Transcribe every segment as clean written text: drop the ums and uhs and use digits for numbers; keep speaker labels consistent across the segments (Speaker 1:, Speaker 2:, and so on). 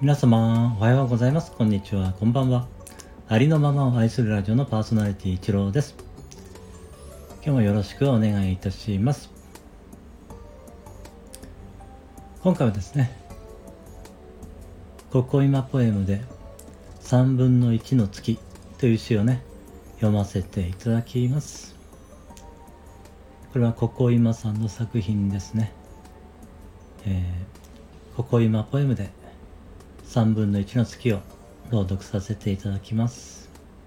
Speaker 1: 皆様おはようございます。こんにちは、こんばんは。ありのままを愛するラジオのパーソナリティ一郎です。今日もよろしくお願いいたします。今回はですね、ここ今ポエムで3分の1の月という詩をね、読ませていただきます。これはここ今さんの作品ですね。ここ今ポエムで3分の1の月を朗読させていただきます。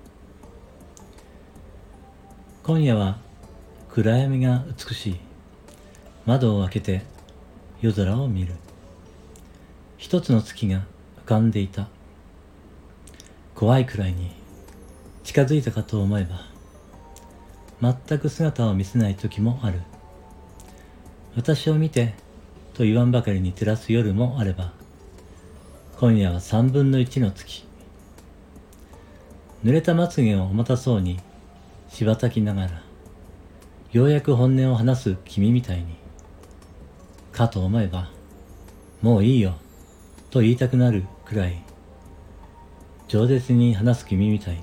Speaker 1: 今夜は暗闇が美しい。窓を開けて夜空を見る。一つの月が浮かんでいた。怖いくらいに近づいたかと思えば、全く姿を見せない時もある。私を見てと言わんばかりに照らす夜もあれば、今夜は3分の1の月。濡れたまつげを重たそうにしたきながら、ようやく本音を話す君みたいに、かと思えば、もういいよと言いたくなるくらい、饒舌に話す君みたいに。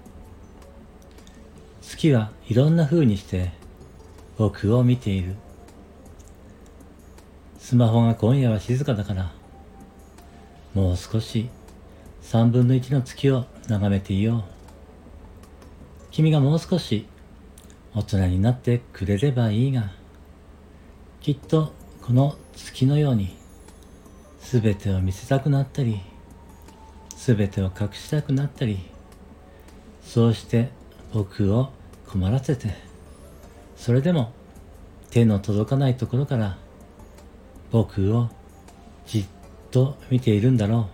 Speaker 1: 月はいろんな風にして僕を見ている。スマホが今夜は静かだから、もう少し3分の1の月を眺めていよう。君がもう少し大人になってくれればいいが、きっとこの月のように全てを見せたくなったり、全てを隠したくなったり、そうして僕を困らせて、それでも手の届かないところから僕をじっと見ているんだろ